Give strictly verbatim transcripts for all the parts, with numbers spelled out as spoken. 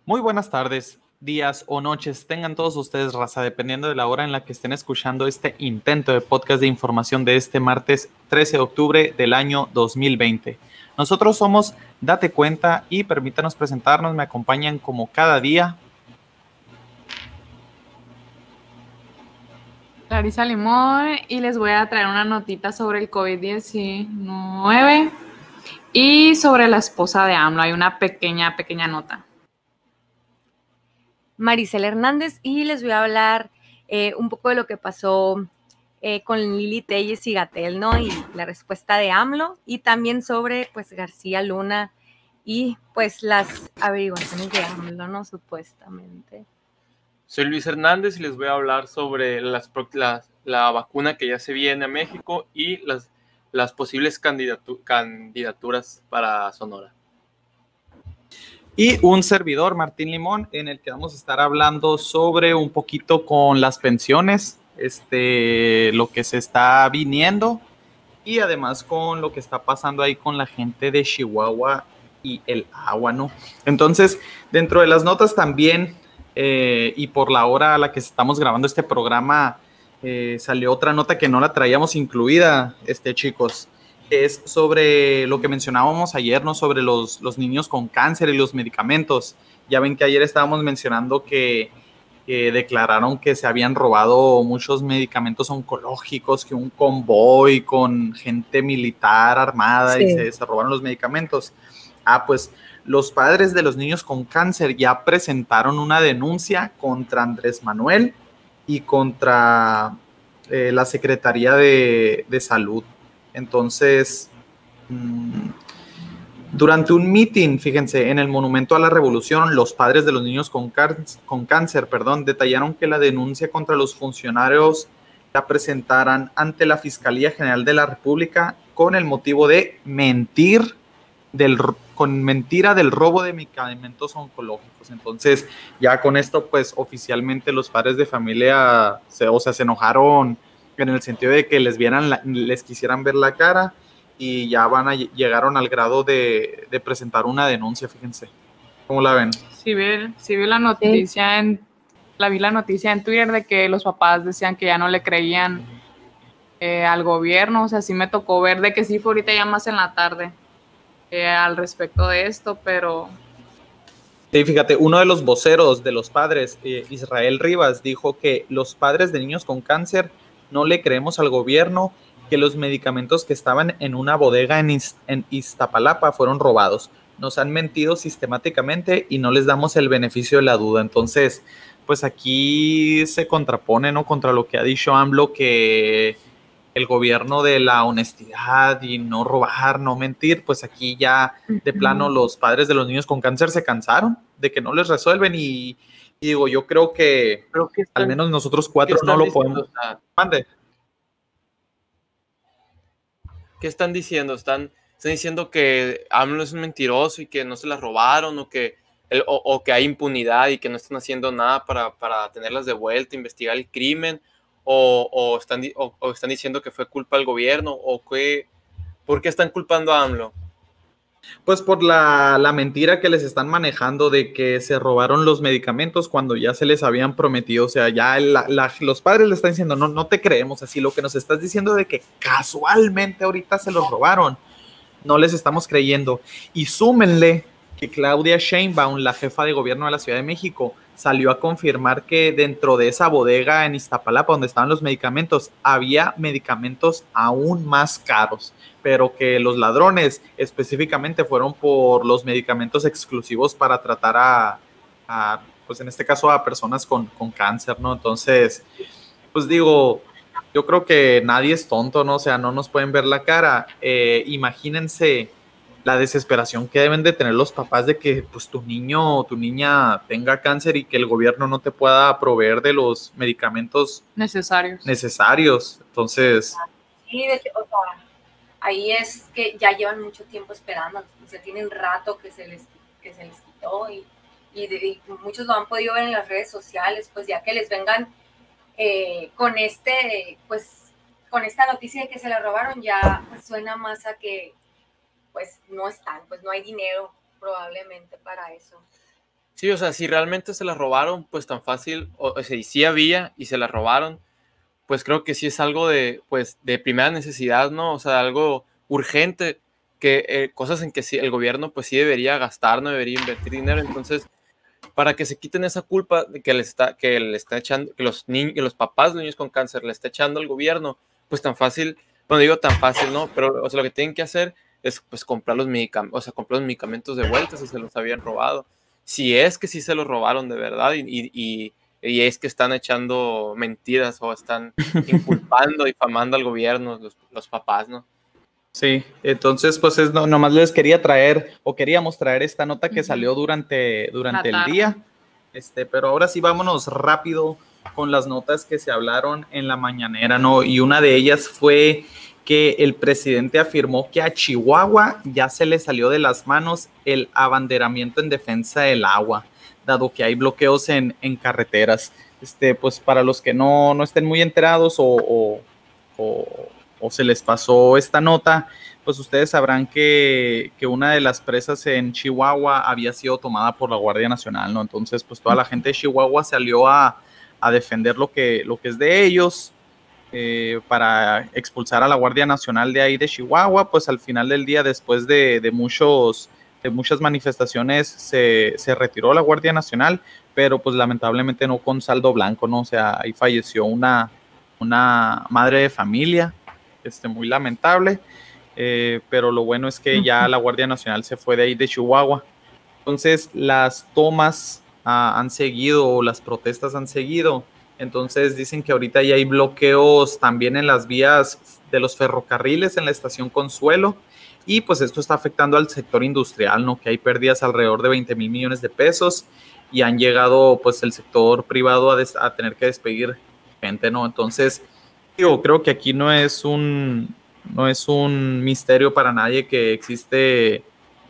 Muy buenas tardes, días o noches tengan todos ustedes, raza, dependiendo de la hora en la que estén escuchando este intento de podcast de información de este martes trece de octubre del año dos mil veinte. Nosotros somos Date Cuenta y permítanos presentarnos, me acompañan como cada día. Clarisa Limón, y les voy a traer una notita sobre el COVID diecinueve y sobre la esposa de AMLO. Hay una pequeña, pequeña nota. Maricela Hernández, y les voy a hablar eh, un poco de lo que pasó eh, con Lili Telles y Gatell, ¿no? Y la respuesta de AMLO, y también sobre, pues, García Luna y, pues, las averiguaciones de AMLO, ¿no? Supuestamente. Soy Luis Hernández y les voy a hablar sobre las, las, la vacuna que ya se viene a México y las, las posibles candidatu candidaturas para Sonora. Y un servidor, Martín Limón, en el que vamos a estar hablando sobre un poquito con las pensiones, este, lo que se está viniendo y además con lo que está pasando ahí con la gente de Chihuahua y el agua, ¿no? Entonces, dentro de las notas también, eh, y por la hora a la que estamos grabando este programa, eh, salió otra nota que no la traíamos incluida, este, chicos. Es sobre lo que mencionábamos ayer, ¿no? Sobre los, los niños con cáncer y los medicamentos. Ya ven que ayer estábamos mencionando que, que declararon que se habían robado muchos medicamentos oncológicos, que un convoy con gente militar armada sí. y se, se robaron los medicamentos. Ah, pues los padres de los niños con cáncer ya presentaron una denuncia contra Andrés Manuel y contra eh, la Secretaría de, de Salud. Entonces, mmm, durante un meeting, fíjense, en el Monumento a la Revolución, los padres de los niños con, con cáncer, perdón, detallaron que la denuncia contra los funcionarios la presentaran ante la Fiscalía General de la República con el motivo de mentir, del, con mentira del robo de medicamentos oncológicos. Entonces, ya con esto, pues, oficialmente los padres de familia, se, o sea, se enojaron en el sentido de que les vieran, la, les quisieran ver la cara, y ya van a, llegaron al grado de, de presentar una denuncia, fíjense. ¿Cómo la ven? Sí vi, sí vi la noticia sí. en la vi la noticia en Twitter de que los papás decían que ya no le creían eh, al gobierno. O sea, sí me tocó ver de que sí fue ahorita ya más en la tarde eh, al respecto de esto, pero... Sí, fíjate, uno de los voceros de los padres, eh, Israel Rivas, dijo que los padres de niños con cáncer no le creemos al gobierno, que los medicamentos que estaban en una bodega en, Iz, en Iztapalapa fueron robados. Nos han mentido sistemáticamente y no les damos el beneficio de la duda. Entonces, pues aquí se contrapone, ¿no?, contra lo que ha dicho AMLO, que el gobierno de la honestidad y no robar, no mentir. Pues aquí ya de plano los padres de los niños con cáncer se cansaron de que no les resuelven y, y digo, yo creo que, Pero que están, al menos nosotros cuatro no lo podemos. O sea, Mande. ¿Qué están diciendo? Están, están diciendo que AMLO es un mentiroso y que no se las robaron, o que, el, o, o que hay impunidad y que no están haciendo nada para, para tenerlas de vuelta, investigar el crimen, o, o, están, o, o están diciendo que fue culpa del gobierno, o que, ¿por qué están culpando a AMLO? Pues por la, la mentira que les están manejando de que se robaron los medicamentos cuando ya se les habían prometido. O sea, ya la, la, los padres le están diciendo, no, no te creemos así. Lo que nos estás diciendo de que casualmente ahorita se los robaron, no les estamos creyendo. Y súmenle que Claudia Sheinbaum, la jefa de gobierno de la Ciudad de México, salió a confirmar que dentro de esa bodega en Iztapalapa, donde estaban los medicamentos, había medicamentos aún más caros, pero que los ladrones específicamente fueron por los medicamentos exclusivos para tratar a, a pues en este caso, a personas con, con cáncer, ¿no? Entonces, pues digo, yo creo que nadie es tonto, ¿no? O sea, no nos pueden ver la cara. Eh, imagínense la desesperación que deben de tener los papás de que pues tu niño o tu niña tenga cáncer y que el gobierno no te pueda proveer de los medicamentos necesarios. necesarios. Entonces... Sí, de hecho, o sea, ahí es que ya llevan mucho tiempo esperando, o sea, tienen rato que se les, que se les quitó y, y, de, y muchos lo han podido ver en las redes sociales, pues ya que les vengan eh, con este, pues, con esta noticia de que se la robaron, ya pues, suena más a que pues no están, pues no hay dinero probablemente para eso. Sí, o sea, si realmente se las robaron, pues tan fácil, o, o sea, y sí había y se las robaron, pues creo que sí es algo de, pues, de primera necesidad, ¿no? O sea, algo urgente, que eh, cosas en que sí, el gobierno pues sí debería gastar, no debería invertir dinero. Entonces, para que se quiten esa culpa de que le está, que le está echando, que los niños, que los papás de niños con cáncer le está echando al gobierno, pues tan fácil, bueno, digo tan fácil, ¿no? Pero, o sea, lo que tienen que hacer es pues comprar los medicamentos, o sea, comprar los medicamentos de vuelta si se los habían robado. Si es que sí se los robaron de verdad y, y, y y es que están echando mentiras o están inculpando, difamando al gobierno, los, los papás, ¿no? Sí, entonces pues es no, nomás les quería traer o queríamos traer esta nota que Ujú. salió durante, durante La el tarde. día, este, pero ahora sí vámonos rápido con las notas que se hablaron en la mañanera, ¿no? Y una de ellas fue que el presidente afirmó que a Chihuahua ya se le salió de las manos el abanderamiento en defensa del agua, dado que hay bloqueos en, en carreteras. Este, pues para los que no, no estén muy enterados o, o, o o se les pasó esta nota, pues ustedes sabrán que, que, una de las presas en Chihuahua había sido tomada por la Guardia Nacional, ¿no? Entonces, pues toda la gente de Chihuahua salió a, a defender lo que, lo que es de ellos, eh, para expulsar a la Guardia Nacional de ahí de Chihuahua. Pues al final del día, después de, de muchos de muchas manifestaciones, se, se retiró la Guardia Nacional, pero pues lamentablemente no con saldo blanco, ¿no? O sea, ahí falleció una, una madre de familia, este, muy lamentable, eh, pero lo bueno es que ya la Guardia Nacional se fue de ahí de Chihuahua. Entonces las tomas ah, han seguido, las protestas han seguido. Entonces dicen que ahorita ya hay bloqueos también en las vías de los ferrocarriles en la estación Consuelo, y pues esto está afectando al sector industrial, ¿no? Que hay pérdidas alrededor de veinte mil millones de pesos y han llegado pues el sector privado a, des- a tener que despedir gente, ¿no? Entonces digo, creo que aquí no es un, no es un misterio para nadie que existe,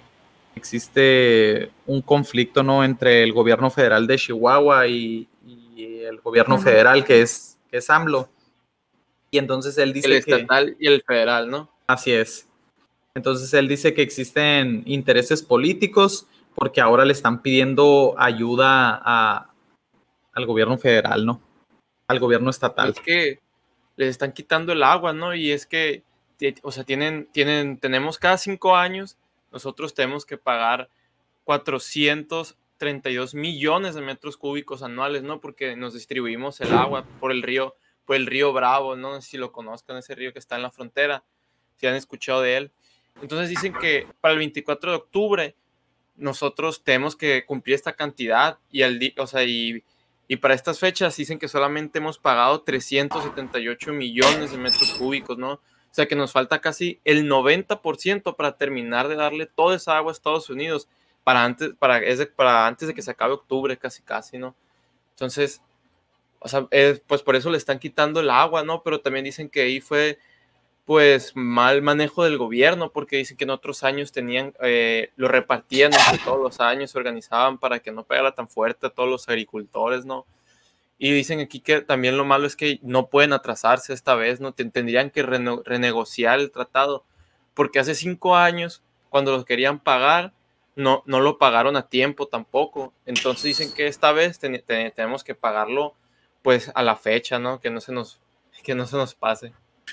existe un conflicto, ¿no? Entre el gobierno federal de Chihuahua y, y el gobierno Ujú. federal que es, que es AMLO. Y entonces él El dice que, estatal y el federal, ¿no? así es. Entonces él dice que existen intereses políticos porque ahora le están pidiendo ayuda a, al gobierno federal, ¿no? Al gobierno estatal. Es que les están quitando el agua, ¿no? Y es que, o sea, tienen, tienen, tenemos cada cinco años, nosotros tenemos que pagar cuatrocientos treinta y dos millones de metros cúbicos anuales, ¿no? Porque nos distribuimos el agua por el río, por el río Bravo, ¿no? No sé si lo conozcan, ese río que está en la frontera, si han escuchado de él. Entonces dicen que para el veinticuatro de octubre nosotros tenemos que cumplir esta cantidad y, el, o sea, y, y para estas fechas dicen que solamente hemos pagado trescientos setenta y ocho millones de metros cúbicos, ¿no? O sea que nos falta casi el noventa por ciento para terminar de darle toda esa agua a Estados Unidos para antes, para, es de, para antes de que se acabe octubre, casi casi, ¿no? Entonces, o sea, eh, pues por eso le están quitando el agua, ¿no? Pero también dicen que ahí fue pues mal manejo del gobierno, porque dicen que en otros años tenían, eh, lo repartían entre todos los años, se organizaban para que no pegara tan fuerte a todos los agricultores, ¿no? Y dicen aquí que también lo malo es que no pueden atrasarse esta vez, ¿no? Tendrían que rene renegociar el tratado, porque hace cinco años, cuando los querían pagar, no, no lo pagaron a tiempo tampoco. Entonces dicen que esta vez ten ten tenemos que pagarlo, pues, a la fecha, ¿no? Que no se nos, que no se nos pase.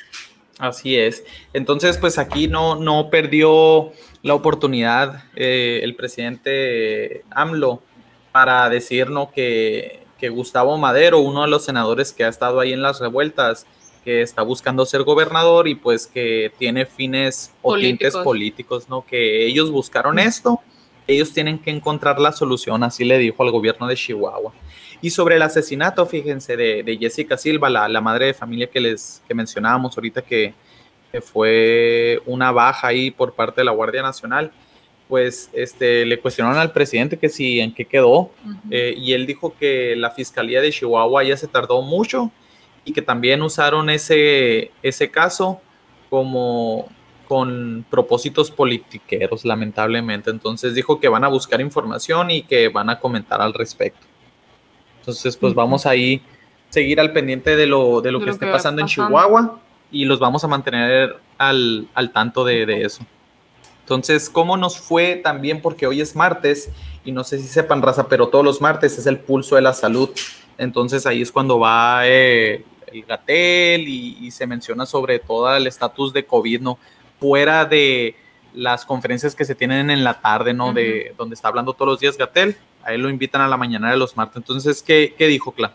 Así es. Entonces, pues aquí no, no perdió la oportunidad eh, el presidente AMLO para decir, ¿no? que, que Gustavo Madero, uno de los senadores que ha estado ahí en las revueltas, que está buscando ser gobernador y pues que tiene fines o tintes Políticos. políticos, ¿no? Que ellos buscaron esto, ellos tienen que encontrar la solución, así le dijo al gobierno de Chihuahua. Y sobre el asesinato, fíjense, de, de Jessica Silva, la, la madre de familia que les que mencionábamos ahorita, que, que fue una baja ahí por parte de la Guardia Nacional, pues este, le cuestionaron al presidente que si en qué quedó, uh-huh. eh, y él dijo que la Fiscalía de Chihuahua ya se tardó mucho y que también usaron ese, ese caso como con propósitos politiqueros, lamentablemente. Entonces dijo que van a buscar información y que van a comentar al respecto. Entonces, pues vamos ahí a seguir al pendiente de lo, de lo, de que lo esté que pasando, pasando en Chihuahua y los vamos a mantener al, al tanto de, de eso. Entonces, ¿cómo nos fue también? Porque hoy es martes y no sé si sepan, raza, pero todos los martes es el pulso de la salud. Entonces ahí es cuando va eh, el Gatell y, y se menciona sobre todo el estatus de COVID, ¿no? Fuera de las conferencias que se tienen en la tarde, ¿no? Uh-huh. De donde está hablando todos los días Gatell, a él lo invitan a la mañana de los martes. Entonces, ¿qué, qué dijo, Cla?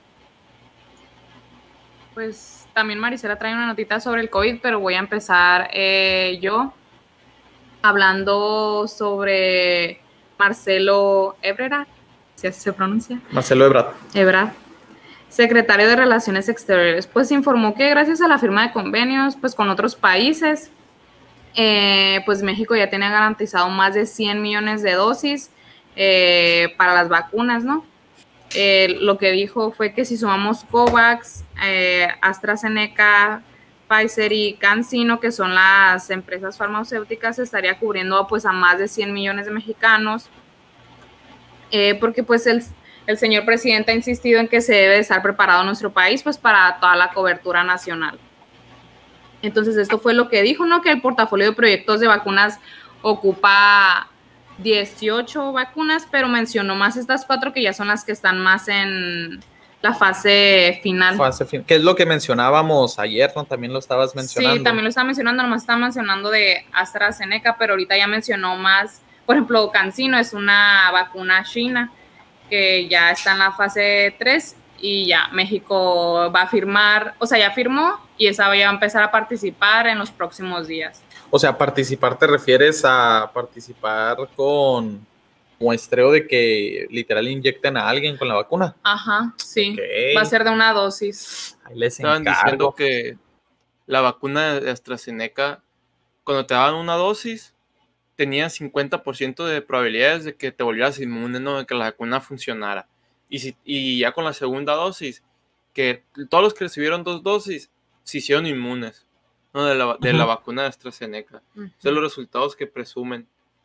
Pues también Marisela trae una notita sobre el COVID, pero voy a empezar eh, yo hablando sobre Marcelo Ebrard, si así se pronuncia. Marcelo Ebrard. Ebrard, secretario de Relaciones Exteriores, pues informó que gracias a la firma de convenios pues con otros países, eh, pues México ya tiene garantizado más de cien millones de dosis eh, para las vacunas, ¿no? Eh, lo que dijo fue que si sumamos COVAX, eh, AstraZeneca, Pfizer y CanSino, que son las empresas farmacéuticas, estaría cubriendo pues a más de cien millones de mexicanos, eh, porque pues el, el señor presidente ha insistido en que se debe estar preparado nuestro país pues para toda la cobertura nacional. Entonces esto fue lo que dijo, ¿no? Que el portafolio de proyectos de vacunas ocupa dieciocho vacunas, pero mencionó más estas cuatro que ya son las que están más en la fase final. Fase fin- que es lo que mencionábamos ayer, ¿no? También lo estabas mencionando. Sí, también lo estaba mencionando, nomás estaba mencionando de AstraZeneca, pero ahorita ya mencionó más. Por ejemplo, CanSino es una vacuna china que ya está en la fase tres y ya México va a firmar, o sea, ya firmó y esa va a empezar a participar en los próximos días. O sea, participar te refieres a participar con muestreo de que literal inyecten a alguien con la vacuna. Ajá, sí. Okay. Va a ser de una dosis. Ahí les Estaban encargo. diciendo que la vacuna de AstraZeneca, cuando te daban una dosis, tenía cincuenta por ciento de probabilidades de que te volvieras inmune, ¿no? De que la vacuna funcionara. Y, si, y ya con la segunda dosis, que todos los que recibieron dos dosis se hicieron inmunes, ¿no? De la, de uh-huh. la vacuna de AstraZeneca. Uh-huh. Son los resultados que presumen.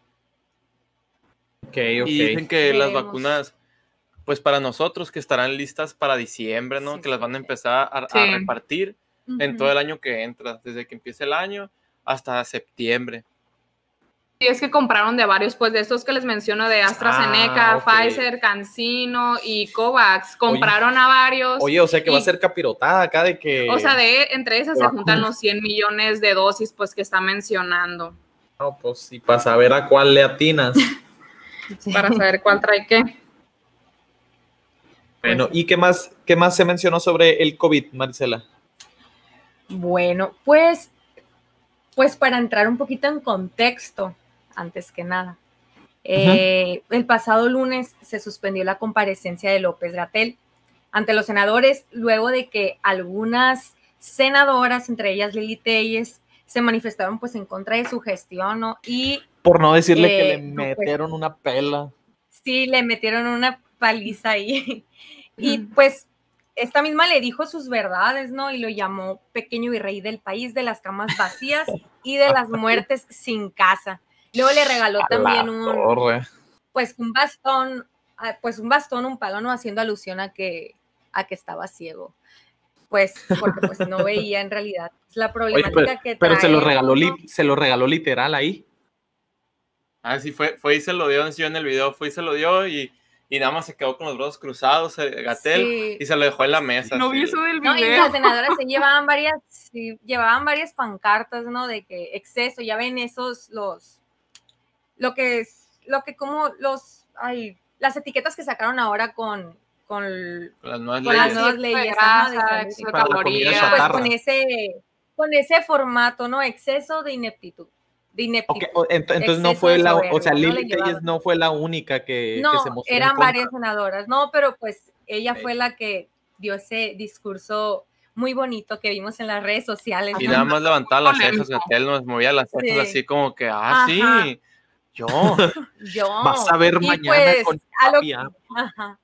Okay, okay. Y dicen que Veremos. las vacunas, pues para nosotros, que estarán listas para diciembre, ¿no? Sí, que las van a empezar a, sí. a repartir uh-huh. en todo el año que entra, desde que empiece el año hasta septiembre. Sí, es que compraron de varios, pues de estos que les menciono, de AstraZeneca, ah, okay. Pfizer, CanSino y COVAX, compraron oye, a varios. Oye, o sea que y, va a ser capirotada acá de que... O sea, de entre esas se juntan los cien millones de dosis, pues que está mencionando. No, pues sí, para saber a cuál le atinas. Sí. Para saber cuál trae qué. Bueno, pues, ¿y qué más, qué más se mencionó sobre el COVID, Marisela? Bueno, pues, pues para entrar un poquito en contexto, antes que nada, eh, uh-huh. el pasado lunes se suspendió la comparecencia de López-Gatell ante los senadores luego de que algunas senadoras, entre ellas Lili Telles, se manifestaron pues en contra de su gestión, ¿no? Y por no decirle eh, que le metieron pues, una pela. Sí, le metieron una paliza ahí. Y pues esta misma le dijo sus verdades, ¿no? Y lo llamó pequeño virrey del país, de las camas vacías y de las muertes sin casa. Luego le regaló a también un, torre. pues un bastón, pues un bastón, un palo, ¿no? Haciendo alusión a que, a que estaba ciego. Pues, porque pues no veía en realidad la problemática Oye, pero, que trae. Pero se lo regaló, ¿no? se lo regaló literal ahí. Ah, sí, fue, fue y se lo dio, en el video, fue y se lo dio y, y nada más se quedó con los brazos cruzados, el Gatell, sí. y se lo dejó en la mesa. No vi eso del video. No, y las senadoras se llevaban varias, sí, llevaban varias pancartas, ¿no? De que exceso, ya ven esos, los, lo que es, lo que como los, ay, las etiquetas que sacaron ahora con, con, con las nuevas con leyes, las nuevas leyes ajá, de salud, para la comida, pues con ese, con ese formato, ¿no? Exceso de ineptitud. De ineptitud. Okay, entonces no fue la, soberbia, o sea, Lili no Telles no fue la única que, no, que se mostró eran varias senadoras, no, pero pues ella okay. fue la que dio ese discurso muy bonito que vimos en las redes sociales. Y ¿no? nada más levantaba las cejas, Gatell nos movía las cejas sí. así como que, ah, ajá. sí, yo. yo. Vas a ver y mañana pues, con a lo que, ajá.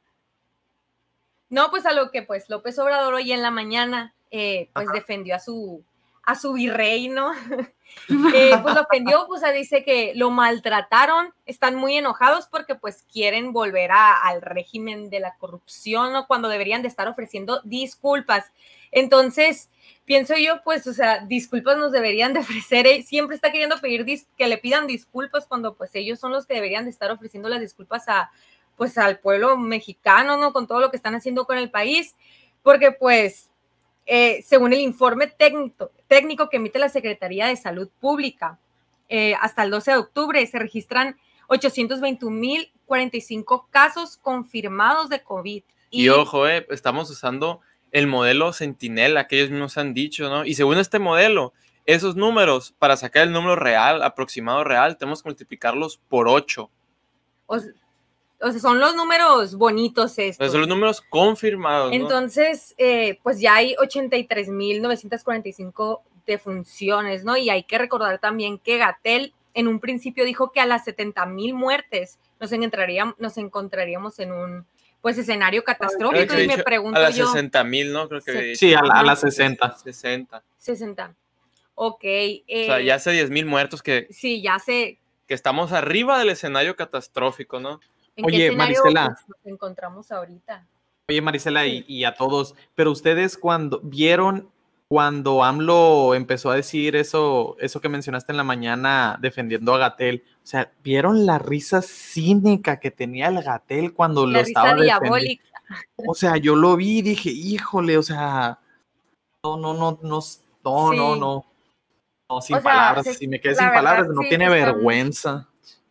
No, pues a lo que pues López Obrador hoy en la mañana eh, pues ajá. defendió a su a su virrey, ¿no? eh, pues lo ofendió, pues dice que lo maltrataron, están muy enojados porque pues quieren volver a, al régimen de la corrupción, ¿no? Cuando deberían de estar ofreciendo disculpas. Entonces, pienso yo, pues, o sea, disculpas nos deberían de ofrecer, eh, siempre está queriendo pedir dis- que le pidan disculpas cuando pues ellos son los que deberían de estar ofreciendo las disculpas a, pues, al pueblo mexicano, ¿no? Con todo lo que están haciendo con el país, porque pues, eh, según el informe técnico, técnico que emite la Secretaría de Salud Pública, eh, hasta el doce de octubre se registran ochocientos veintiún mil cuarenta y cinco casos confirmados de COVID. Y, y ojo, eh, estamos usando el modelo Centinela, que ellos mismos han dicho, ¿no? Y según este modelo, esos números, para sacar el número real, aproximado real, tenemos que multiplicarlos por ocho. O, o sea, son los números bonitos estos. O sea, son los números confirmados, ¿no? Entonces, eh, pues ya hay ochenta y tres mil novecientos cuarenta y cinco defunciones, ¿no? Y hay que recordar también que Gatell en un principio dijo que a las setenta mil muertes nos encontraríamos, nos encontraríamos en un pues escenario catastrófico. Y me pregunto yo... A las yo, sesenta mil, ¿no? Creo que... Sí, a, la, a las sesenta. sesenta. sesenta. Ok. Eh, o sea, ya hace diez mil muertos que... Sí, ya sé. Que estamos arriba del escenario catastrófico, ¿no? ¿En Oye, qué escenario Marisela, pues, nos encontramos ahorita? Oye, Marisela, Sí. y, y a todos, pero ustedes cuando vieron, cuando AMLO empezó a decir eso, eso que mencionaste en la mañana defendiendo a Gatell, o sea, ¿vieron la risa cínica que tenía el Gatell cuando La lo risa estaba defendiendo? diabólica. O sea, yo lo vi y dije, híjole, o sea, no, no, no, no, no, Sí. no, no, no, sin O sea, palabras, se- si me quedé la sin verdad, palabras, no sí, tiene se están- vergüenza.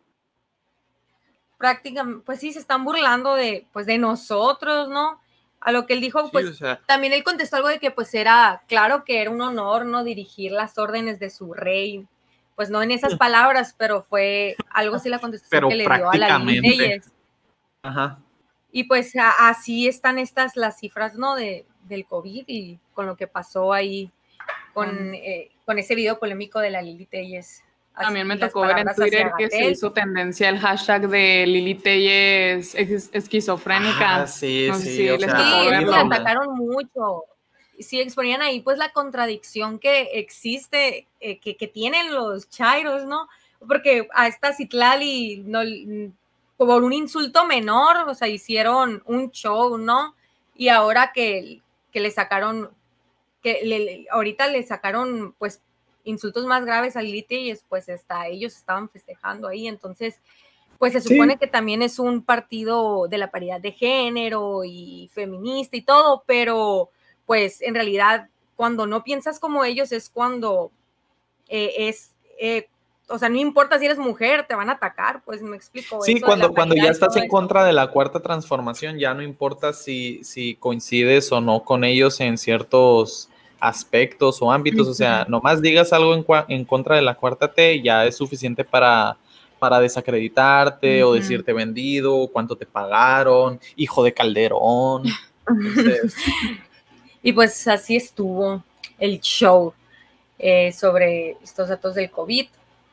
prácticamente, pues sí, se están burlando de, pues, de nosotros, ¿no? A lo que él dijo, Sí, pues, o sea, también él contestó algo de que, pues, era, claro que era un honor, ¿no? Dirigir las órdenes de su rey, pues, no en esas palabras, pero fue algo así la contestación Pero que le dio a la Lili prácticamente. Telles. Ajá. Y pues a- así están estas las cifras, ¿no? De, del COVID y con lo que pasó ahí con, Mm. eh, con ese video polémico de la Lili Telles. Así, También me las tocó ver en palabras Twitter hacia que se Gatell. hizo tendencia el hashtag de Lili Telles ex- esquizofrénica. Ah, sí, No sé sí, si o les sea, tocó Sí, es que verlo. la horrible. atacaron mucho. Sí, exponían ahí pues la contradicción que existe, eh, que, que tienen los chairos, ¿no? Porque a esta Citlali, no, por un insulto menor, o sea, hicieron un show, ¿no? Y ahora que, que le sacaron, que le, ahorita le sacaron pues insultos más graves a Lili Telles, pues hasta ellos estaban festejando ahí, entonces pues se supone Sí. que también es un partido de la paridad de género y feminista y todo, pero pues en realidad cuando no piensas como ellos es cuando eh, es, eh, o sea, no importa si eres mujer, te van a atacar, pues me explico. Sí, eso de cuando, la cuando paridad ya y estás todo en eso. contra de la cuarta transformación, ya no importa si, si coincides o no con ellos en ciertos aspectos o ámbitos, o sea, nomás digas algo en, cua- en contra de la cuarta T, ya es suficiente para, para desacreditarte o Ujú. decirte vendido, cuánto te pagaron, hijo de Calderón. Entonces, Y pues así estuvo el show eh, sobre estos datos del COVID.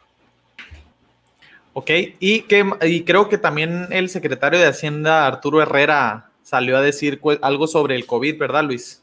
ok, y, que, y creo que también el secretario de Hacienda, Arturo Herrera, salió a decir pues, algo sobre el COVID, ¿verdad, Luis?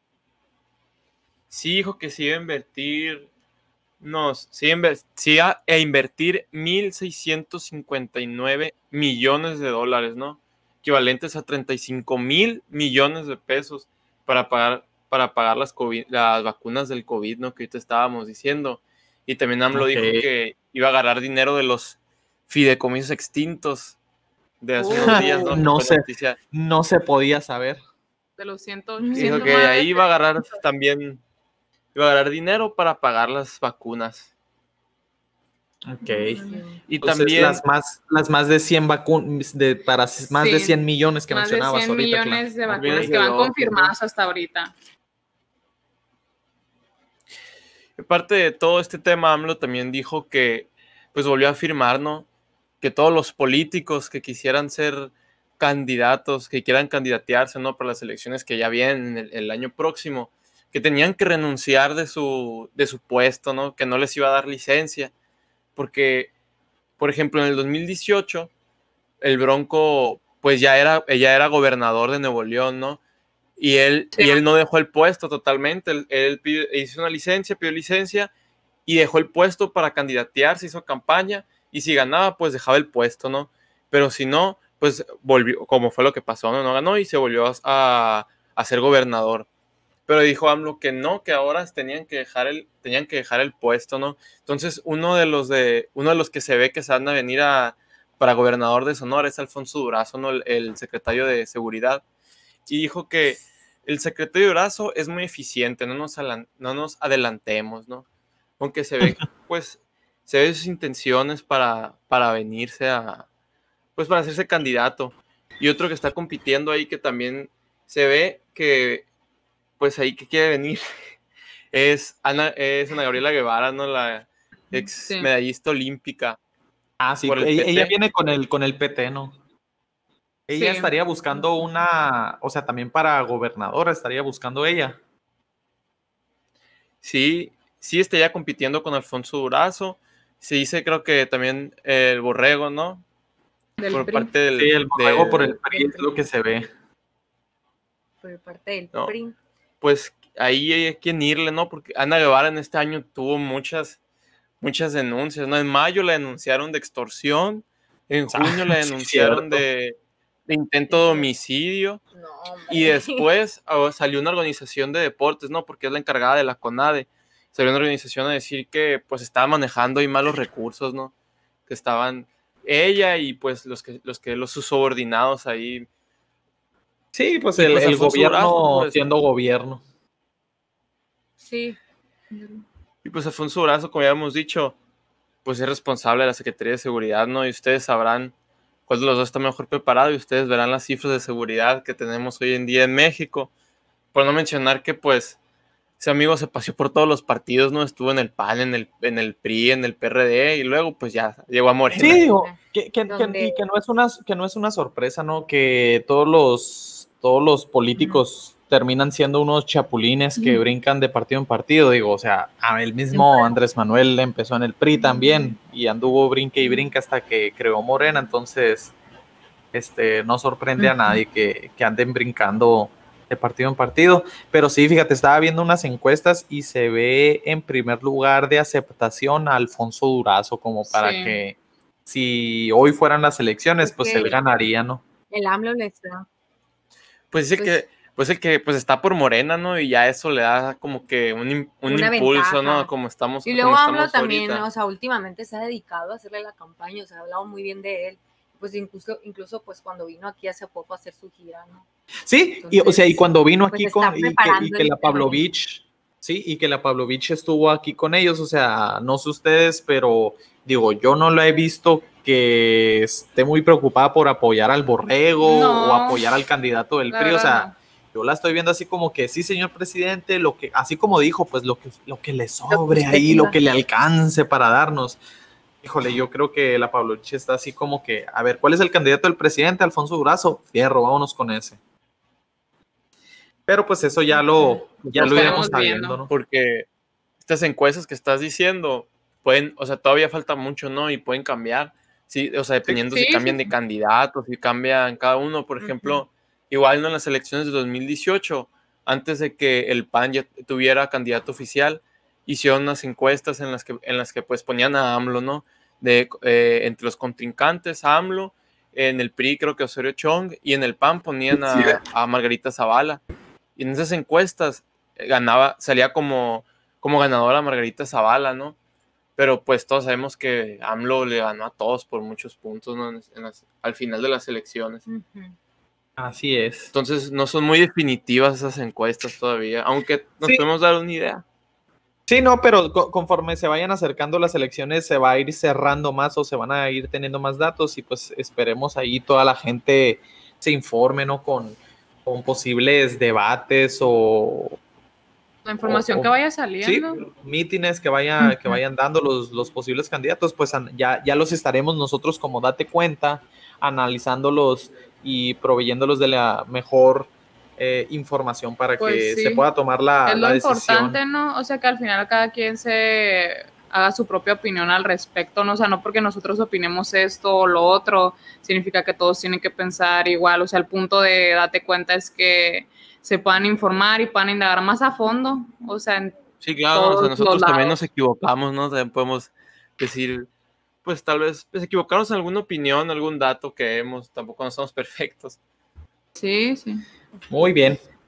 sí dijo que se iba a invertir, no, sí, inver- sí iba a invertir mil seiscientos cincuenta y nueve millones de dólares, ¿no? Equivalentes a treinta y cinco mil millones de pesos para pagar, para pagar las, COVID, las vacunas del COVID, ¿no? Que ahorita estábamos diciendo. Y también AMLO Ok. dijo que iba a agarrar dinero de los fideicomisos extintos de hace Uh. unos días, ¿no? Que No fue sé. noticia. No se podía saber. De los ciento, Dijo Dijo ciento que de nueve ahí iba a agarrar también, iba a agarrar dinero para pagar las vacunas. Ok. Y Entonces, también, las más, las más de cien vacunas, de, para más de Sí, cien millones que más de mencionabas cien ahorita. millones de claro. vacunas Millones que de van dosis, confirmadas hasta ahorita. aparte de todo este tema, AMLO también dijo que, pues volvió a afirmar, ¿no? Que todos los políticos que quisieran ser candidatos, que quieran candidatearse, ¿no? Para las elecciones que ya vienen el, el año próximo, que tenían que renunciar de su, de su puesto, ¿no? Que no les iba a dar licencia. Porque, por ejemplo, en el dos mil dieciocho, el Bronco, pues ya era, ya era gobernador de Nuevo León, ¿no? Y él, Sí. y él no dejó el puesto totalmente. Él, él pidió- hizo una licencia, pidió licencia y dejó el puesto para candidatearse, hizo campaña y si ganaba, pues dejaba el puesto, ¿no? Pero si no, pues volvió, como fue lo que pasó, ¿no? No ganó y se volvió a, a ser gobernador. pero dijo AMLO que no, que ahora tenían que dejar el, tenían que dejar el puesto, ¿no? Entonces, uno de los de, uno de los que se ve que se van a venir a, para gobernador de Sonora es Alfonso Durazo, ¿no? El, el secretario de Seguridad, y dijo que el secretario Durazo es muy eficiente, no nos, alan- no nos adelantemos, ¿no? Aunque se ve, pues, se ve sus intenciones para, para venirse a, pues, para hacerse candidato. Y otro que está compitiendo ahí que también se ve que, pues, ahí que quiere venir es Ana, es Ana Gabriela Guevara, ¿no? La ex Sí. medallista olímpica Ah, sí, por el ella, ella P T. viene con el, con el P T, ¿no? Ella Sí. estaría buscando una, o sea, también para gobernadora estaría buscando ella. Sí, sí está ya compitiendo con Alfonso Durazo. Se dice, creo que también el Borrego, ¿no? Del Por P R I. parte Sí, del, el borrego por del, el P R I es lo que se ve. Por parte del no, P R I. pues ahí hay a quien irle, ¿no? Porque Ana Guevara en este año tuvo muchas, muchas denuncias, ¿no? En mayo la denunciaron de extorsión, en junio la Sí, denunciaron cierto. de, de intento de homicidio, No, hombre. y después oh, salió una organización de deportes, ¿no? Porque es la encargada de la CONADE. Salió una organización a decir que pues estaba manejando ahí malos recursos, ¿no? Que estaban ella y pues los que los que los sus subordinados ahí. Sí, pues Y el, pues el Alfonso Durazo, gobierno pues, siendo gobierno. Sí. y pues Alfonso Durazo, como ya hemos dicho, pues es responsable de la Secretaría de Seguridad, ¿no? Y ustedes sabrán cuál de los dos está mejor preparado y ustedes verán las cifras de seguridad que tenemos hoy en día en México. Por no mencionar que pues ese amigo se paseó por todos los partidos, ¿no? Estuvo en el P A N, en el, en el P R I, en el P R D y luego pues ya llegó a Morena. Sí, digo, que, que- que- Donde- y que no es una, que no es una sorpresa, ¿no? Que todos los, todos los políticos terminan siendo unos chapulines que brincan de partido en partido. Digo, o sea, a el mismo Andrés Manuel empezó en el P R I también y anduvo brinque y brinca hasta que creó Morena. Entonces, este, no sorprende a nadie que, que anden brincando de partido en partido. Pero sí, fíjate, estaba viendo unas encuestas y se ve en primer lugar de aceptación a Alfonso Durazo, como para Sí. que si hoy fueran las elecciones, Es pues que- él ganaría, ¿no? El AMLO le está. Pues dice Pues- que, pues el que pues está por Morena, ¿no? Y ya eso le da como que un, im- un Una impulso, ventaja. ¿no? Como estamos, Y luego como AMLO estamos también, ahorita. o sea, últimamente se ha dedicado a hacerle la campaña, o sea, ha hablado muy bien de él. Pues incluso, incluso pues cuando vino aquí hace poco a hacer su gira, ¿no? Sí, y, o sea, y cuando vino pues aquí está con, y que, preparando y que el la terreno. Pavlovich, sí, y que la Pavlovich estuvo aquí con ellos, o sea, no sé ustedes, pero digo, yo no la he visto que esté muy preocupada por apoyar al borrego No, o apoyar al candidato del la P R I, o verdad sea, no. yo la estoy viendo así como que sí, señor presidente, lo que, así como dijo, pues lo que, lo que le sobre usted ahí, diga. lo que le alcance para darnos. Híjole, yo creo que la Pavlovich está así como que, a ver, ¿cuál es el candidato del presidente? Alfonso Durazo, fierro, vámonos con ese. Pero pues eso ya lo, ya Lo lo iremos estaremos sabiendo, viendo. ¿no? Porque estas encuestas que estás diciendo pueden, o sea, todavía falta mucho, ¿no? Y pueden cambiar, sí, o sea, dependiendo Sí, si cambian sí. de candidatos, si cambian cada uno, por ejemplo, igual no en las elecciones de dos mil dieciocho, antes de que el P A N ya tuviera candidato oficial, hicieron unas encuestas en las que, en las que pues ponían a AMLO, ¿no? De, eh, entre los contrincantes a AMLO, en el P R I creo que Osorio Chong, y en el P A N ponían a, a Margarita Zavala. Y en esas encuestas eh, ganaba, salía como, como ganadora Margarita Zavala, ¿no? Pero pues todos sabemos que AMLO le ganó a todos por muchos puntos, ¿no? En, en las, al final de las elecciones. Ujú. Así es. Entonces no son muy definitivas esas encuestas todavía, aunque nos Sí. podemos dar una idea. Sí, no, pero co- conforme se vayan acercando las elecciones se va a ir cerrando más o se van a ir teniendo más datos y pues esperemos ahí toda la gente se informe, ¿no? Con, con posibles debates o, La información o- que vaya sí, saliendo. mítines que, vaya, que vayan dando los, los posibles candidatos, pues an- ya, ya los estaremos nosotros como date cuenta, analizándolos y proveyéndolos de la mejor eh, información para Pues que sí. se pueda tomar la, Es la lo decisión. importante, ¿no? O sea, que al final cada quien se haga su propia opinión al respecto, ¿no? O sea, no porque nosotros opinemos esto o lo otro, significa que todos tienen que pensar igual. O sea, el punto de date cuenta es que se puedan informar y puedan indagar más a fondo, o sea, en Sí, claro, o todos sea, los nosotros también lados. nos equivocamos, ¿no? También podemos decir, pues tal vez pues, equivocarnos en alguna opinión, algún dato que hemos, tampoco no somos perfectos. Sí, sí. Muy bien.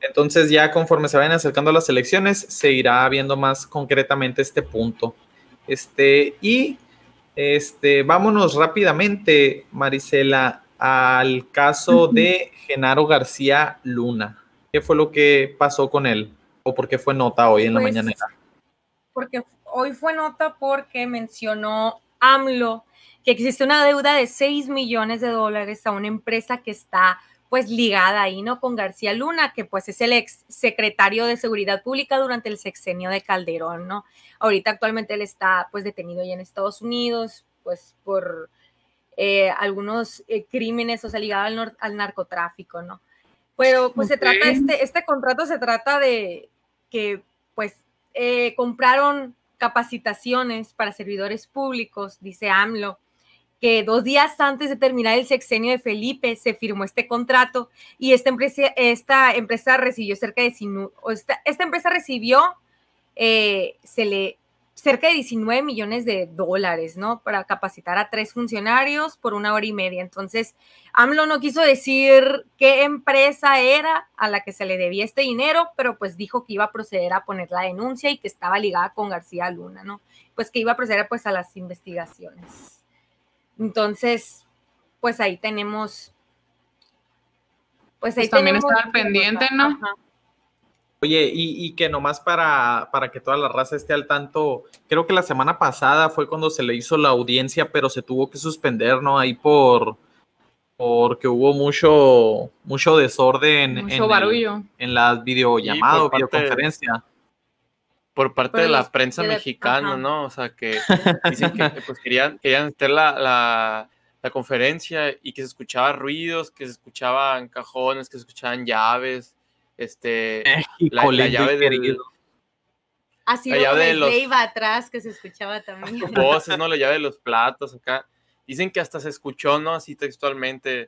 Entonces ya conforme se vayan acercando las elecciones, se irá viendo más concretamente este punto. Este, y este, vámonos rápidamente, Marisela, al caso Ujú. de Genaro García Luna. ¿Qué fue lo que pasó con él? ¿O por qué fue nota hoy en la Pues, mañanera? porque hoy fue nota porque mencionó AMLO que existe una deuda de seis millones de dólares a una empresa que está pues ligada ahí, ¿no? Con García Luna, que pues es el ex secretario de Seguridad Pública durante el sexenio de Calderón, ¿no? Ahorita actualmente él está pues detenido ya en Estados Unidos, pues por eh, algunos eh, crímenes, o sea, ligado al, nor- al narcotráfico, ¿no? Pero pues se Ok. trata, este, este contrato se trata de que pues eh, compraron capacitaciones para servidores públicos, dice AMLO, que dos días antes de terminar el sexenio de Felipe se firmó este contrato y esta empresa, esta empresa recibió cerca de, o esta, esta empresa recibió, eh, se le cerca de diecinueve millones de dólares, ¿no? Para capacitar a tres funcionarios por una hora y media. Entonces, AMLO no quiso decir qué empresa era a la que se le debía este dinero, pero pues dijo que iba a proceder a poner la denuncia y que estaba ligada con García Luna, ¿no? Pues que iba a proceder pues a las investigaciones. Entonces, pues ahí tenemos, pues ahí Pues también tenemos estaba al la pendiente, nota. ¿no? Ajá. Oye, y, y que nomás para, para que toda la raza esté al tanto, creo que la semana pasada fue cuando se le hizo la audiencia, pero se tuvo que suspender, ¿no? Ahí por, porque hubo mucho, mucho desorden Mucho en el, barullo. en la Y videollamada por o parte, videoconferencia. por parte Pero de los la prensa de- mexicana, ajá. ¿no? O sea, que dicen que pues querían, querían hacer la, la, la conferencia y que se escuchaba ruidos, que se escuchaban cajones, que se escuchaban llaves, este, la, México la lindo y llave querido. del, A la Ciro llave de Gómez los Leiva atrás, que se escuchaba también. voces, ¿no? La llave de los platos acá. Dicen que hasta se escuchó, ¿no? Así textualmente,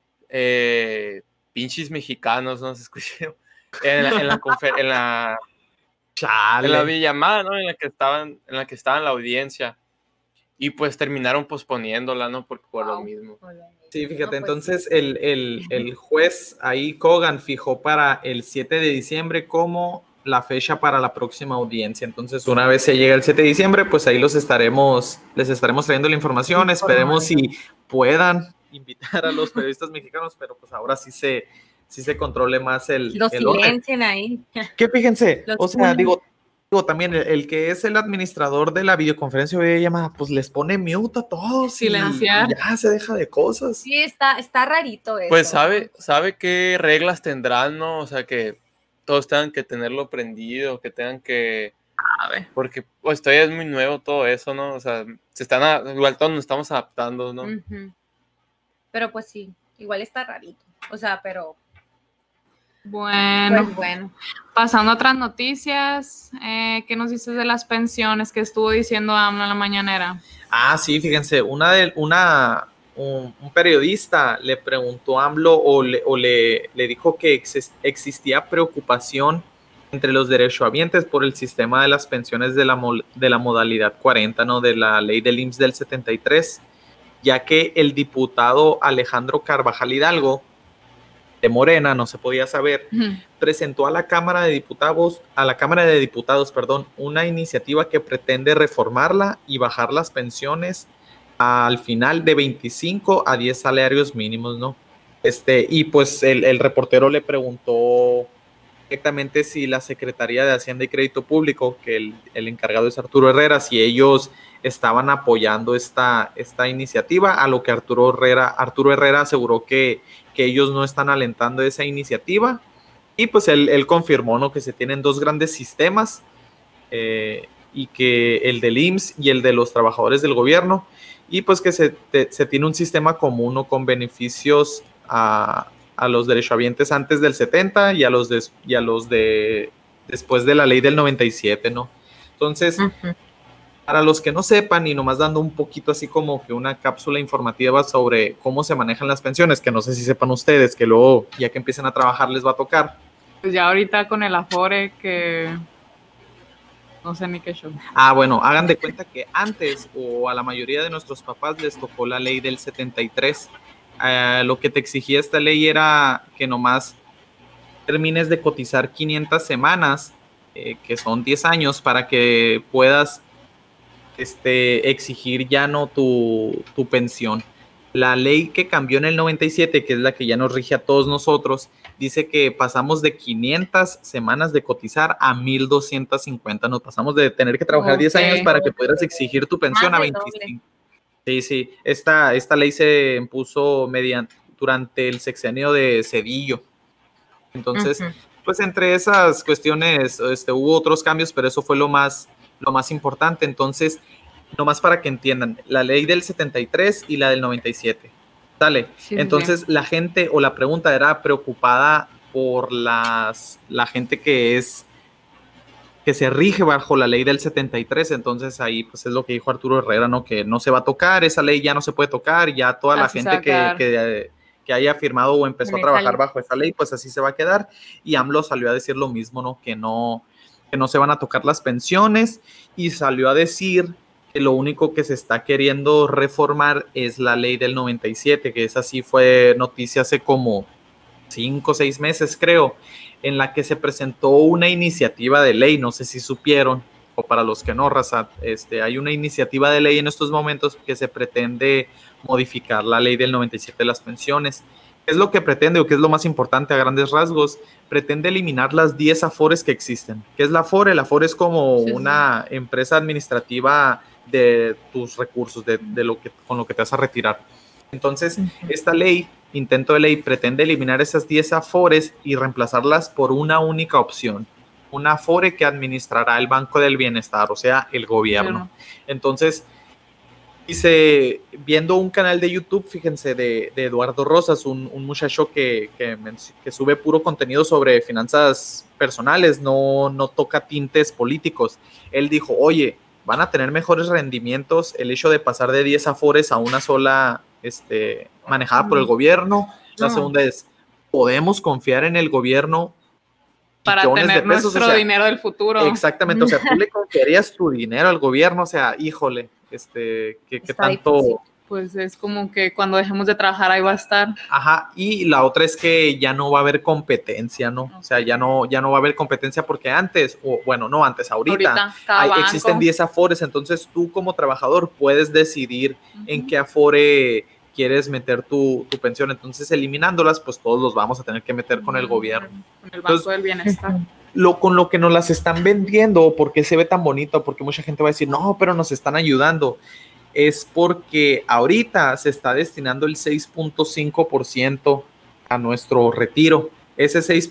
eh, pinches mexicanos, ¿no? Se escuchó en la, en la, confer- en la, en la Chale. videollamada, ¿no? En la que estaban, en la que estaba en la audiencia. Y pues terminaron posponiéndola, ¿no? Por, por lo Wow. mismo. Sí, No, fíjate, pues sí. entonces el, el, el juez ahí, Kogan, fijó para el siete de diciembre como la fecha para la próxima audiencia. Entonces, una vez se llega el siete de diciembre, pues ahí los estaremos, les estaremos trayendo la información. Esperemos si puedan invitar a los periodistas mexicanos, pero pues ahora sí se, sí se controle más el, Los el orden. silencian ahí. Que fíjense, Los o sea, funan. digo, digo también el, el que es el administrador de la videoconferencia o videollamada, pues les pone mute a todos y, y Silenciar. ya se deja de cosas. Sí, está, está rarito eso. Pues sabe, ¿no? sabe qué reglas tendrán, ¿no? O sea, que todos tengan que tenerlo prendido, que tengan que... A ver. Porque pues todavía es muy nuevo todo eso, ¿no? O sea, se están, a- igual todos nos estamos adaptando, ¿no? Ujú. Pero pues sí, igual está rarito. O sea, pero Bueno, pues bueno. pasando a otras noticias, eh, ¿qué nos dices de las pensiones que estuvo diciendo AMLO en la mañanera? Ah, sí, fíjense, una de, una, un, un periodista le preguntó a AMLO o le, o le, le dijo que ex, existía preocupación entre los derechohabientes por el sistema de las pensiones de la, de la modalidad cuarenta, ¿no? De la ley del I M S S del setenta y tres, ya que el diputado Alejandro Carvajal Hidalgo de Morena, no se podía saber, Ujú. presentó a la Cámara de Diputados, a la Cámara de Diputados, perdón, una iniciativa que pretende reformarla y bajar las pensiones al final de veinticinco a diez salarios mínimos, ¿no? Este, y pues el, el reportero le preguntó directamente si la Secretaría de Hacienda y Crédito Público, que el, el encargado es Arturo Herrera, si ellos estaban apoyando esta, esta iniciativa, a lo que Arturo Herrera, Arturo Herrera aseguró que, que ellos no están alentando esa iniciativa, y pues él, él confirmó, ¿no? Que se tienen dos grandes sistemas, eh, y que el del I M S S y el de los trabajadores del gobierno, y pues que se, te, se tiene un sistema común, ¿no? Con beneficios a, a los derechohabientes antes del setenta y a los de, y a los de después de la ley del noventa y siete, ¿no? Entonces, Ujú. para los que no sepan y nomás dando un poquito así como que una cápsula informativa sobre cómo se manejan las pensiones, que no sé si sepan ustedes, que luego ya que empiecen a trabajar les va a tocar. Pues ya ahorita con el Afore que no sé ni qué show. Ah, bueno, hagan de cuenta que antes o a la mayoría de nuestros papás les tocó la ley del setenta y tres. Eh, lo que te exigía esta ley era que nomás termines de cotizar quinientas semanas, eh, que son diez años, para que puedas este, exigir ya no tu, tu pensión. La ley que cambió en el noventa y siete, que es la que ya nos rige a todos nosotros, dice que pasamos de quinientas semanas de cotizar a mil doscientas cincuenta. Nos pasamos de tener que trabajar Ok. diez años para que pudieras exigir tu pensión Más a del doble. veinticinco. Sí, sí. Esta, esta ley se impuso mediante, durante el sexenio de Cedillo. Entonces, Ujú. pues entre esas cuestiones este, hubo otros cambios, pero eso fue lo más, lo más importante. Entonces, nomás para que entiendan, la ley del setenta y tres y la del noventa y siete. ¿Sale? Sí, sí, Entonces, sí. la gente o la pregunta era preocupada por las, la gente que es que se rige bajo la ley del setenta y tres. Entonces ahí pues es lo que dijo Arturo Herrera, ¿no? Que no se va a tocar, esa ley ya no se puede tocar, ya toda la Así se va gente a que, quedar. que, que haya firmado o empezó En a esa trabajar ley. bajo esa ley, pues así se va a quedar. Y AMLO salió a decir lo mismo, ¿no? Que no, que no se van a tocar las pensiones, y salió a decir que lo único que se está queriendo reformar es la ley del noventa y siete, que esa sí fue noticia hace como cinco o seis meses, creo, en la que se presentó una iniciativa de ley. No sé si supieron, o para los que no, raza, este, hay una iniciativa de ley en estos momentos que se pretende modificar la ley del noventa y siete de las pensiones. ¿Qué es lo que pretende, o qué es lo más importante a grandes rasgos? Pretende eliminar las diez afores que existen. ¿Qué es la afore? La afore es como Sí, sí. una empresa administrativa de tus recursos, de, de lo que, con lo que te vas a retirar. Entonces, esta ley, intento de ley, pretende eliminar esas diez afores y reemplazarlas por una única opción. Una afore que administrará el Banco del Bienestar, o sea, el gobierno. Bueno. Entonces, hice, viendo un canal de YouTube, fíjense, de, de Eduardo Rosas, un, un muchacho que, que, que sube puro contenido sobre finanzas personales, no, no toca tintes políticos. Él dijo, oye, van a tener mejores rendimientos el hecho de pasar de diez afores a una sola este, manejada por el gobierno. La No. segunda es, podemos confiar en el gobierno Para billones tener de pesos, nuestro o sea, dinero del futuro. exactamente, o sea, tú le confiarías tu dinero al gobierno, o sea, híjole, este, que, que Está tanto... difícil. Pues es como que cuando dejemos de trabajar ahí va a estar. Ajá, y la otra es que ya no va a haber competencia, ¿no? O sea, ya no, ya no va a haber competencia porque antes, o bueno, no antes, ahorita, Ahorita, cada hay, banco. existen diez afores, entonces tú como trabajador puedes decidir uh-huh. en qué afore quieres meter tu, tu pensión. Entonces, eliminándolas, pues todos los vamos a tener que meter con el gobierno. Con el Banco Entonces, del Bienestar. Lo, con lo que nos las están vendiendo, porque se ve tan bonito, porque mucha gente va a decir, no, pero nos están ayudando, es porque ahorita se está destinando el seis punto cinco por ciento a nuestro retiro. Ese seis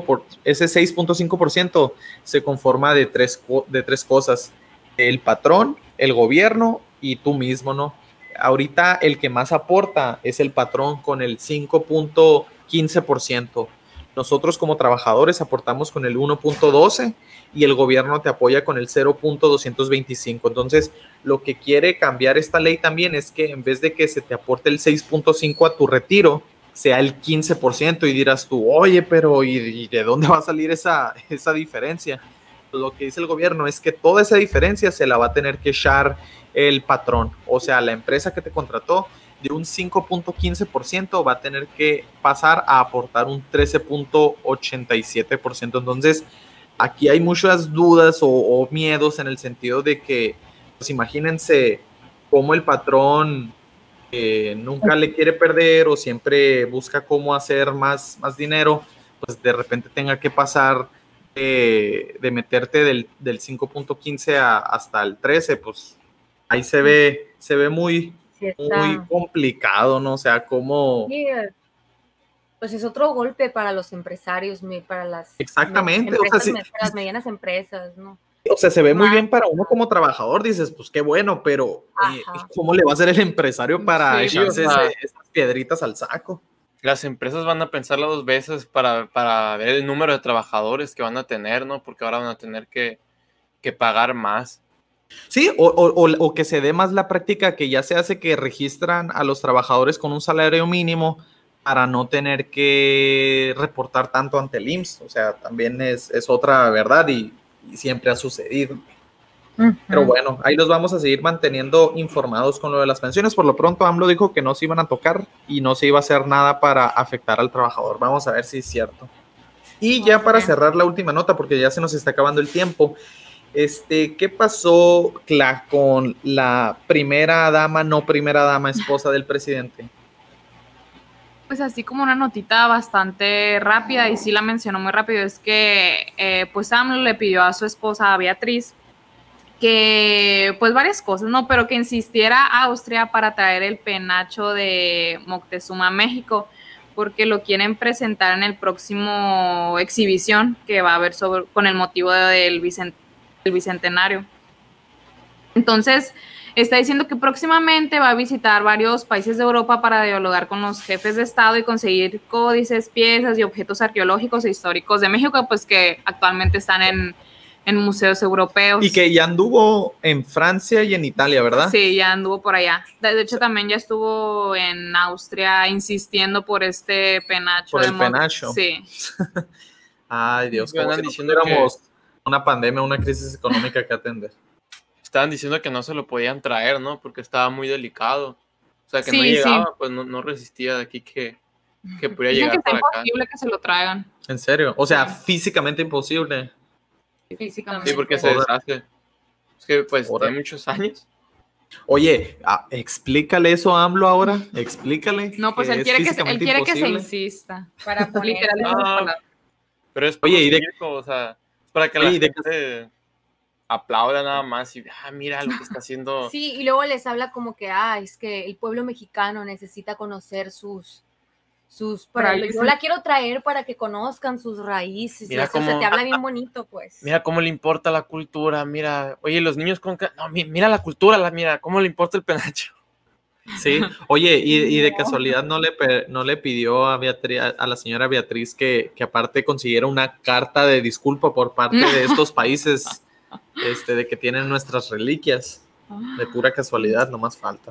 punto cinco por ciento se conforma de tres, de tres cosas: el patrón, el gobierno y tú mismo, ¿no? Ahorita el que más aporta es el patrón con el cinco punto quince por ciento. Nosotros como trabajadores aportamos con el uno punto doce y el gobierno te apoya con el cero punto doscientos veinticinco. Entonces, lo que quiere cambiar esta ley también es que en vez de que se te aporte el seis punto cinco a tu retiro, sea el quince por ciento, y dirás tú, oye, pero ¿y, y de dónde va a salir esa, esa diferencia? Lo que dice el gobierno es que toda esa diferencia se la va a tener que echar el patrón, o sea, la empresa que te contrató, de un cinco punto quince por ciento va a tener que pasar a aportar un trece punto ochenta y siete por ciento. Entonces, aquí hay muchas dudas o, o miedos en el sentido de que, pues imagínense cómo el patrón eh, nunca le quiere perder o siempre busca cómo hacer más, más dinero, pues de repente tenga que pasar de, de meterte del, del cinco punto quince a, hasta el trece, pues ahí se ve, se ve muy... Sí, muy complicado, ¿no? O sea, cómo... Yeah. Pues es otro golpe para los empresarios, para las, Exactamente, empresas, o sea, sí, para las medianas empresas, ¿no? O sea, se ve muy bien para uno como trabajador, dices, pues qué bueno, pero oye, ¿cómo le va a hacer el empresario para sí, echarse o sea, ese, esas piedritas al saco? Las empresas van a pensarlo dos veces para, para ver el número de trabajadores que van a tener, ¿no? Porque ahora van a tener que, que pagar más. Sí, o, o, o que se dé más la práctica que ya se hace, que registran a los trabajadores con un salario mínimo para no tener que reportar tanto ante el I M S S. O sea, también es, es otra verdad y, y siempre ha sucedido. Uh-huh. Pero bueno, ahí los vamos a seguir manteniendo informados con lo de las pensiones. Por lo pronto, AMLO dijo que no se iban a tocar y no se iba a hacer nada para afectar al trabajador. Vamos a ver si es cierto. Y ya para cerrar la última nota, porque ya se nos está acabando el tiempo, este, ¿qué pasó la, con la primera dama, no primera dama, esposa del presidente? Pues así como una notita bastante rápida, y sí la mencionó muy rápido, es que eh, pues AMLO le pidió a su esposa Beatriz que pues varias cosas, ¿no? Pero que insistiera a Austria para traer el penacho de Moctezuma a México, porque lo quieren presentar en el próximo exhibición que va a haber sobre, con el motivo del, bicent, del bicentenario. Entonces, está diciendo que próximamente va a visitar varios países de Europa para dialogar con los jefes de Estado y conseguir códices, piezas y objetos arqueológicos e históricos de México, pues que actualmente están en, en museos europeos. Y que ya anduvo en Francia y en Italia, ¿verdad? Sí, ya anduvo por allá. De hecho, también ya estuvo en Austria insistiendo por este penacho. Por de el Mo- penacho. Sí. Ay, Dios, como si diciendo tuviéramos que... una pandemia, una crisis económica que atender. Estaban diciendo que no se lo podían traer, ¿no? Porque estaba muy delicado. O sea, que sí, no llegaba, sí. pues no, no resistía de aquí que, que pudiera Dicen llegar que para está acá. imposible que se lo traigan. ¿En serio? O sea, Sí. físicamente imposible. Físicamente. Sí, porque se deshace. Es que pues Ahora. tiene muchos años. Oye, ah, explícale eso a AMLO ahora. Explícale. No, pues que él es quiere que, se- él físicamente quiere que se imposible. insista. Para poner Literal, esas Ah, palabras. Pero es por Oye, lo y de- circo, o sea, es para que Oye, la y de- gente aplauda nada más y ah, mira lo que está haciendo. Sí, y luego les habla como que, ah, es que el pueblo mexicano necesita conocer sus, sus, para, Raíces. yo la quiero traer para que conozcan sus raíces. Mira Y eso, o sea, cómo- te habla bien bonito, pues. Mira cómo le importa la cultura, mira, oye, los niños con ca- no, mi- mira la cultura, la mira, cómo le importa el penacho. Sí, oye, y, y de No. casualidad no le, pe- no le pidió a Beatriz, a la señora Beatriz que, que aparte consiguiera una carta de disculpa por parte de estos países este, de que tienen nuestras reliquias. De pura casualidad, no más falta.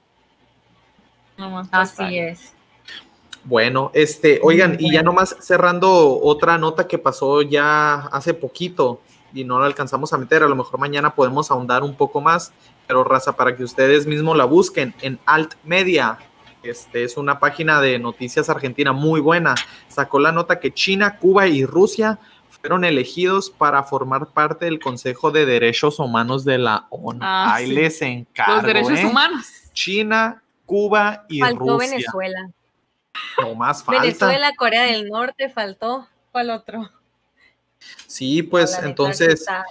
No más Así falta. es. Bueno, este, oigan, y ya nomás cerrando otra nota que pasó ya hace poquito y no la alcanzamos a meter, a lo mejor mañana podemos ahondar un poco más, pero raza, para que ustedes mismos la busquen en Alt Media, este es una página de noticias argentina muy buena, sacó la nota que China, Cuba y Rusia fueron elegidos para formar parte del Consejo de Derechos Humanos de la ONU. Ah, Ahí sí. les encargo, Los derechos ¿eh? humanos. China, Cuba y Faltó Rusia. Venezuela. No más falta. Venezuela, Corea del Norte, faltó. ¿Cuál otro? Sí, pues No, la neta, entonces, está-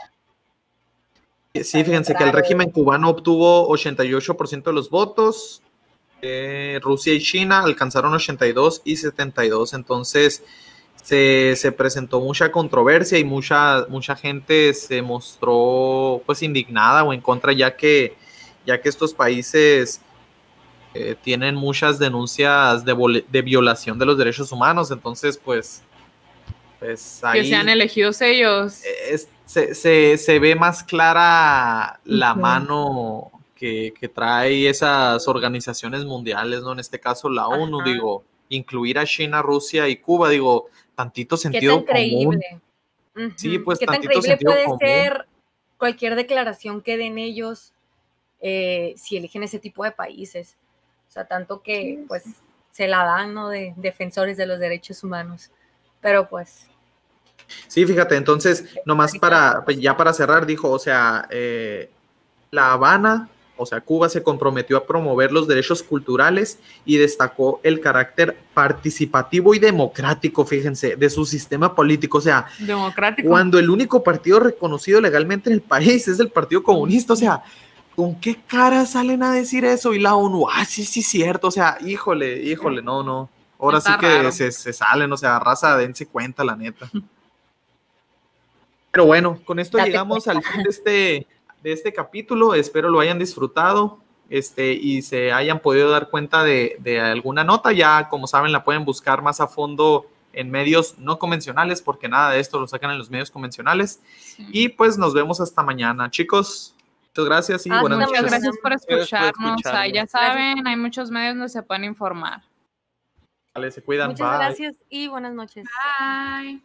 sí, fíjense que el raro. régimen cubano obtuvo ochenta y ocho por ciento de los votos, eh, Rusia y China alcanzaron ochenta y dos y setenta y dos, entonces se, se presentó mucha controversia y mucha, mucha gente se mostró pues indignada o en contra, ya que, ya que estos países eh, tienen muchas denuncias de, vol- de violación de los derechos humanos, entonces pues, pues ahí... Que sean elegidos ellos. es- se, se- se ve más clara la Ujú. mano que, que trae esas organizaciones mundiales, ¿no? En este caso la ONU, Ajá. digo, incluir a China, Rusia y Cuba, digo, tantito ¿Qué sentido tan común. creíble? Ujú. Sí, pues, ¿Qué tan tantito creíble sentido puede común. ser cualquier declaración que den ellos eh, si eligen ese tipo de países? O sea, tanto que pues se la dan, ¿no? De defensores de los derechos humanos. Pero pues, Sí, fíjate, entonces, nomás para, pues, ya para cerrar, dijo, o sea, eh, La Habana, o sea, Cuba se comprometió a promover los derechos culturales y destacó el carácter participativo y democrático, fíjense, de su sistema político. O sea, Democrático. cuando el único partido reconocido legalmente en el país es el Partido Comunista, o sea, ¿con qué cara salen a decir eso? Y la ONU, ah, sí, sí, cierto, o sea, híjole, híjole, no, no. Ahora Está sí que raro. se, se salen, o sea, raza, dense cuenta, la neta. Pero bueno, con esto Date llegamos al fin de este, de este capítulo. Espero lo hayan disfrutado este, y se hayan podido dar cuenta de, de alguna nota. Ya, como saben, la pueden buscar más a fondo en medios no convencionales, porque nada de esto lo sacan en los medios convencionales. Sí. Y pues nos vemos hasta mañana, chicos. Muchas gracias y Hasta buenas Muchas noches. mañana. gracias por Gracias por escucharnos. O sea, ya escucharnos. saben, hay muchos medios donde se pueden informar. Vale, se cuidan. muchas Bye. gracias y buenas noches. Bye.